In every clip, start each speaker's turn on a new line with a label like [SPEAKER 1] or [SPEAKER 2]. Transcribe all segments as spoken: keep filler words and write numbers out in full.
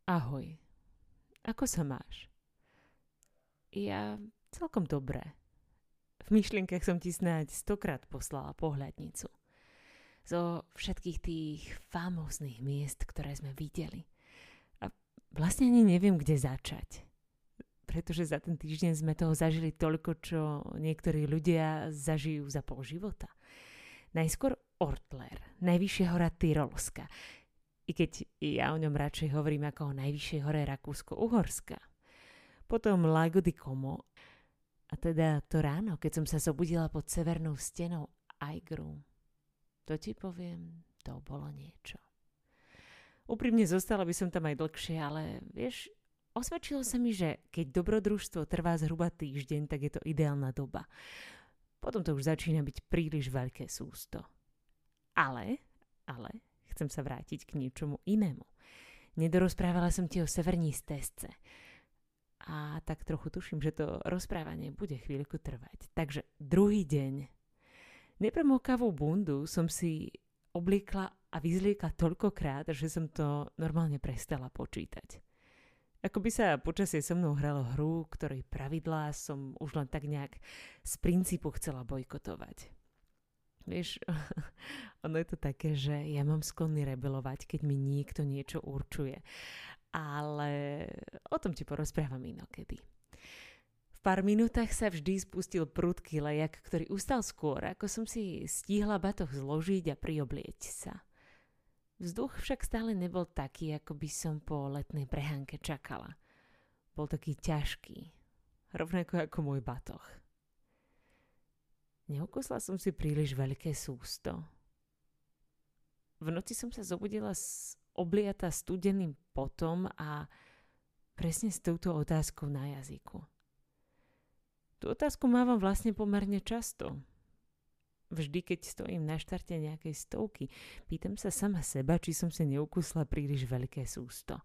[SPEAKER 1] Ahoj, ako sa máš? Ja celkom dobré. V myšlienkach som ti snáď stokrát poslala pohľadnicu. Zo všetkých tých famóznych miest, ktoré sme videli. A vlastne ani neviem, kde začať. Pretože za ten týždeň sme toho zažili toľko, čo niektorí ľudia zažijú za pol života. Najskôr Ortler, najvyššia hora Tyrolska. I keď ja o ňom radšej hovorím ako o najvyššej hore Rakúsko-Uhorska. Potom Lago di Como. A teda to ráno, keď som sa zobudila pod severnou stenou Aigru. To ti poviem, to bolo niečo. Úprimne zostala by som tam aj dlhšie, ale vieš, osvedčilo sa mi, že keď dobrodružstvo trvá zhruba týždeň, tak je to ideálna doba. Potom to už začína byť príliš veľké sústo. Ale, ale... chcem sa vrátiť k niečomu inému. Nedorozprávala som ti o severní stezce. A tak trochu tuším, že to rozprávanie bude chvíľku trvať. Takže druhý deň. Nepremokavú bundu som si obliekla a vyzliekla toľkokrát, že som to normálne prestala počítať. Ako by sa počasie so mnou hralo hru, ktorej pravidlá som už len tak nejak z princípu chcela bojkotovať. Vieš, ono je to také, že ja mám sklonný rebelovať, keď mi niekto niečo určuje. Ale o tom ti porozprávam inokedy. V pár minútach sa vždy spustil prudký lejak, ktorý ustal skôr, ako som si stihla batoh zložiť a prioblieť sa. Vzduch však stále nebol taký, ako by som po letnej prehánke čakala. Bol taký ťažký, rovnako ako môj batoh. Neukusla som si príliš veľké sústo. V noci som sa zobudila obliata studeným potom a presne s touto otázkou na jazyku. Tú otázku mávam vlastne pomerne často. Vždy, keď stojím na štarte nejakej stovky, pýtam sa sama seba, či som si neukusla príliš veľké sústo.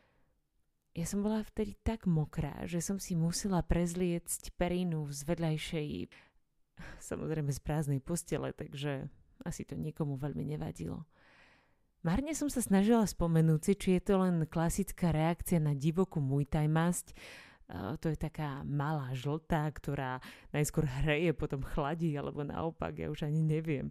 [SPEAKER 1] Ja som bola vtedy tak mokrá, že som si musela prezliecť perinu z vedľajšej, samozrejme z prázdnej postele, takže asi to nikomu veľmi nevadilo. Marne som sa snažila spomenúť si, či je to len klasická reakcia na divokú Muay Thai masť. To je taká malá žltá, ktorá najskôr hreje, potom chladí, alebo naopak, ja už ani neviem.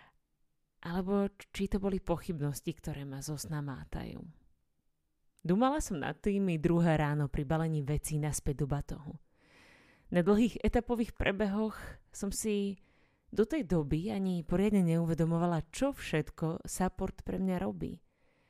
[SPEAKER 1] Alebo či to boli pochybnosti, ktoré ma zo sna mátajú. Dumala som nad tým i druhé ráno pri balení vecí naspäť do batohu. Na dlhých etapových prebehoch som si do tej doby ani poriadne neuvedomovala, čo všetko support pre mňa robí.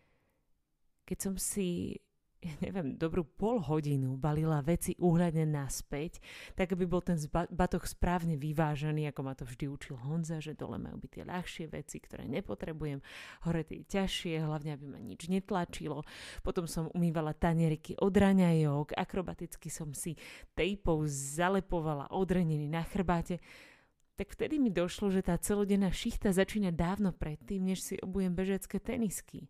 [SPEAKER 1] Keď som si, ja neviem, dobrú pol hodinu balila veci úhľadne naspäť, tak aby bol ten zba- batoh správne vyvážený, ako ma to vždy učil Honza, že dole majú byť tie ľahšie veci, ktoré nepotrebujem, hore tie ťažšie, hlavne aby ma nič netlačilo. Potom som umývala tanieriky od raňajok, akrobaticky som si tejpou zalepovala odreniny na chrbáte. Tak vtedy mi došlo, že tá celodenná šichta začína dávno predtým, než si obujem bežecké tenisky.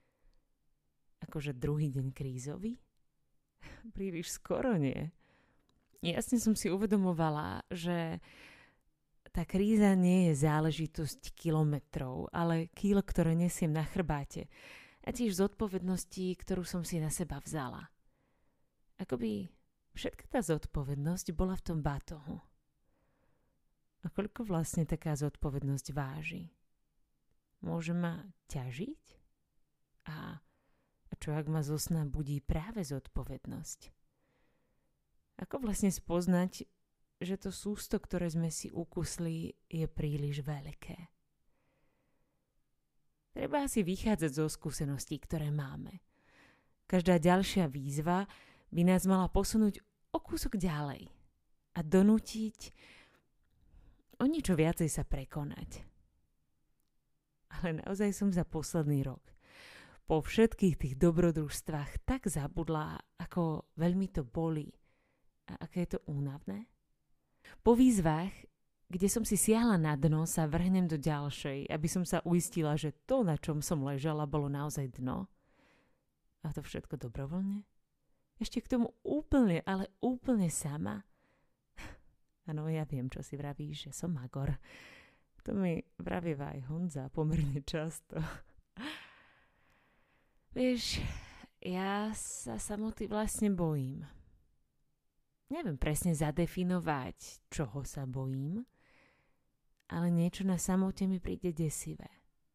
[SPEAKER 1] Akože druhý deň krízový? Príliš skoro nie. Jasne som si uvedomovala, že tá kríza nie je záležitosť kilometrov, ale kíl, ktoré nesiem na chrbáte. A tiež zodpovednosti, ktorú som si na seba vzala. Akoby všetka tá zodpovednosť bola v tom batohu. A koľko vlastne taká zodpovednosť váži? Môže ma ťažiť? A, a čo ak ma zo sna budí práve zodpovednosť? Ako vlastne spoznať, že to sústo, ktoré sme si ukusli, je príliš veľké? Treba asi vychádzať zo skúseností, ktoré máme. Každá ďalšia výzva by nás mala posunúť o kúsok ďalej a donútiť o niečo viacej sa prekonať. Ale naozaj som za posledný rok po všetkých tých dobrodružstvách tak zabudla, ako veľmi to bolí a aké je to únavné. Po výzvach, kde som si siahla na dno, sa vrhnem do ďalšej, aby som sa uistila, že to, na čom som ležala, bolo naozaj dno. A to všetko dobrovoľne? Ešte k tomu úplne, ale úplne sama? Áno, ja viem, čo si vravíš, že som magor. To mi vravieva aj Honza pomerne často. Vieš, ja sa samoty vlastne bojím. Neviem presne zadefinovať, čoho sa bojím, ale niečo na samote mi príde desivé.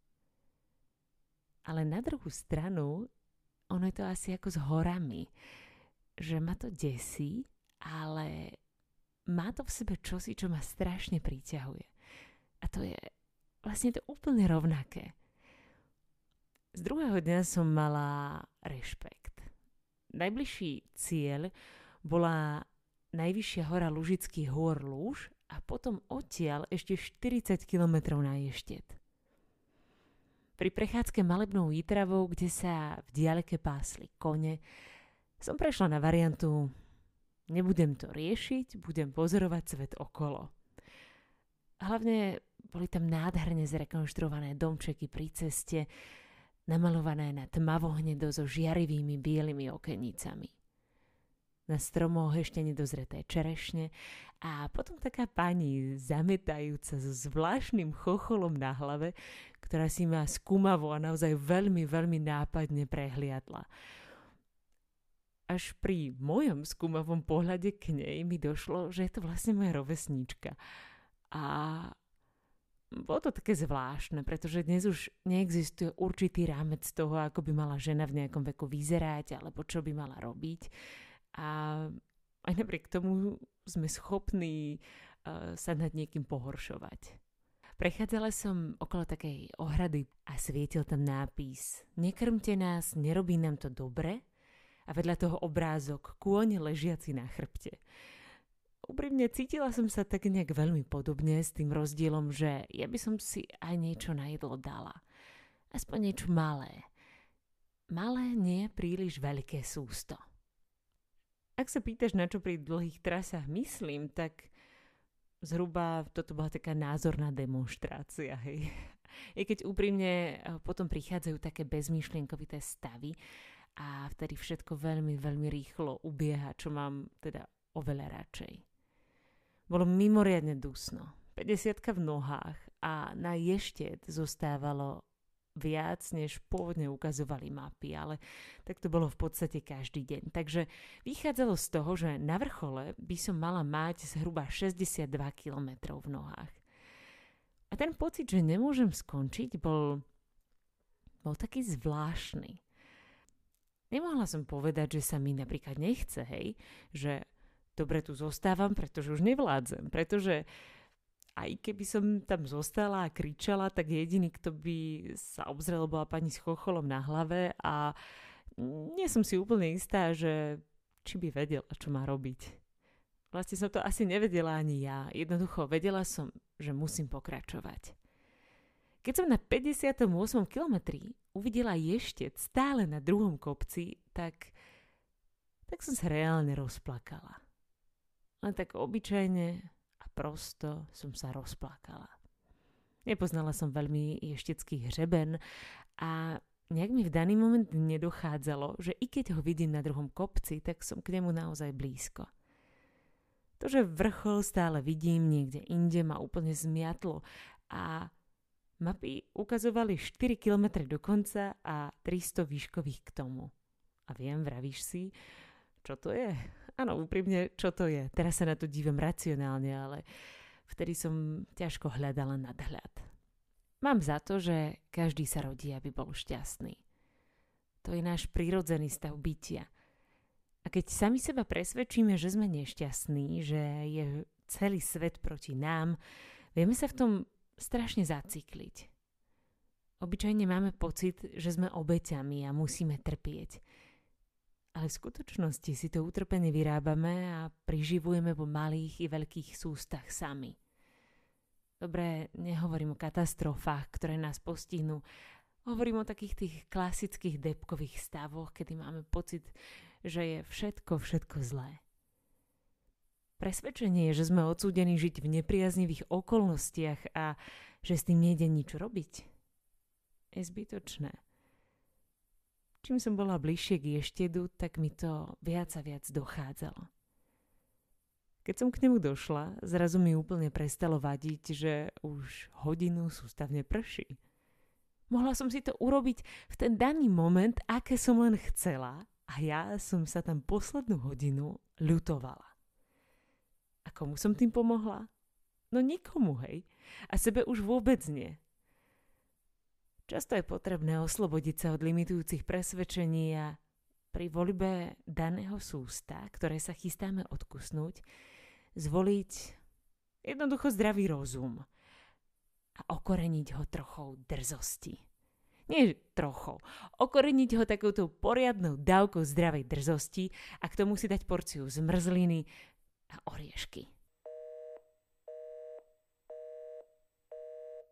[SPEAKER 1] Ale na druhú stranu, ono je to asi ako s horami, že ma to desí, ale má to v sebe čosi, čo ma strašne priťahuje. A to je vlastne to úplne rovnaké. Z druhého dňa som mala rešpekt. Najbližší cieľ bola najvyššia hora Lužických hôr Lúž a potom odtiaľ ešte štyridsať kilometrov na Ještet. Pri prechádzke Malebnou Jitravou, kde sa v diaľke pásli kone, som prešla na variantu nebudem to riešiť, budem pozorovať svet okolo. Hlavne boli tam nádherne zrekonštruované domčeky pri ceste, namalované na tmavohnedo so žiarivými bielými okenicami. Na stromoch ešte nedozreté čerešne a potom taká pani zametajúca so zvláštnym chocholom na hlave, ktorá si ma skúmavo a naozaj veľmi, veľmi nápadne prehliadla. Až pri mojom skúmavom pohľade k nej mi došlo, že je to vlastne moja rovesníčka. A bolo to také zvláštne, pretože dnes už neexistuje určitý rámec toho, ako by mala žena v nejakom veku vyzerať, alebo čo by mala robiť. A aj napriek tomu sme schopní uh, sa nad niekým pohoršovať. Prechádzala som okolo takej ohrady a svietil tam nápis Nekrmte nás, nerobí nám to dobre, a vedľa toho obrázok kôň ležiaci na chrbte. Úprimne cítila som sa tak nejak veľmi podobne s tým rozdielom, že ja by som si aj niečo na jedlo dala. Aspoň niečo malé. Malé, nie príliš veľké sústo. Ak sa pýtaš, na čo pri dlhých trasách myslím, tak zhruba toto bola taká názorná demonštrácia. Hej. I keď úprimne potom prichádzajú také bezmyšlienkovité stavy a vtedy všetko veľmi, veľmi rýchlo ubieha, čo mám teda oveľa radšej. Bolo mimoriadne dusno, päťdesiatka v nohách a na Ještet zostávalo viac, než pôvodne ukazovali mapy, ale tak to bolo v podstate každý deň. Takže vychádzalo z toho, že na vrchole by som mala mať zhruba šesťdesiatdva kilometrov v nohách. A ten pocit, že nemôžem skončiť, bol, bol taký zvláštny. Nemohla som povedať, že sa mi napríklad nechce, hej, že dobre tu zostávam, pretože už nevládzem, pretože aj keby som tam zostala a kričala, tak jediný, kto by sa obzrel, bola pani s chocholom na hlave a nie som si úplne istá, že či by vedela, čo má robiť. Vlastne som to asi nevedela ani ja. Jednoducho vedela som, že musím pokračovať. Keď som na päťdesiatom ôsmom kilometri uvidela Ještet stále na druhom kopci, tak, tak som sa reálne rozplakala. Len tak obyčajne a prosto som sa rozplakala. Nepoznala som veľmi ještecký hřeben a nejak mi v daný moment nedochádzalo, že i keď ho vidím na druhom kopci, tak som k nemu naozaj blízko. To, že vrchol stále vidím niekde inde, ma úplne zmiatlo a mapy ukazovali štyri kilometre do konca a tristo výškových k tomu. A viem, vravíš si, čo to je? Áno, úprimne, čo to je? Teraz sa na to dívam racionálne, ale vtedy som ťažko hľadala nadhľad. Mám za to, že každý sa rodí, aby bol šťastný. To je náš prirodzený stav bytia. A keď sami seba presvedčíme, že sme nešťastní, že je celý svet proti nám, vieme sa v tom strašne zacykliť. Obyčajne máme pocit, že sme obeťami a musíme trpieť. Ale v skutočnosti si to utrpenie vyrábame a priživujeme po malých i veľkých sústach sami. Dobre, nehovorím o katastrofách, ktoré nás postihnú. Hovorím o takých tých klasických depkových stavoch, kedy máme pocit, že je všetko, všetko zlé. Presvedčenie je, že sme odsúdení žiť v nepriaznivých okolnostiach a že s tým nejde nič robiť, je zbytočné. Čím som bola bližšie k Ještedu, tak mi to viac a viac dochádzalo. Keď som k nemu došla, zrazu mi úplne prestalo vadiť, že už hodinu sústavne prší. Mohla som si to urobiť v ten daný moment, aké som len chcela a ja som sa tam poslednú hodinu ľutovala. A komu som tým pomohla? No nikomu, hej. A sebe už vôbec nie. Často je potrebné oslobodiť sa od limitujúcich presvedčení a pri voľbe daného sústa, ktoré sa chystáme odkusnúť, zvoliť jednoducho zdravý rozum a okoreniť ho trochou drzosti. Nie trochou. Okoreniť ho takouto poriadnou dávkou zdravej drzosti a k tomu si dať porciu zmrzliny a oriešky.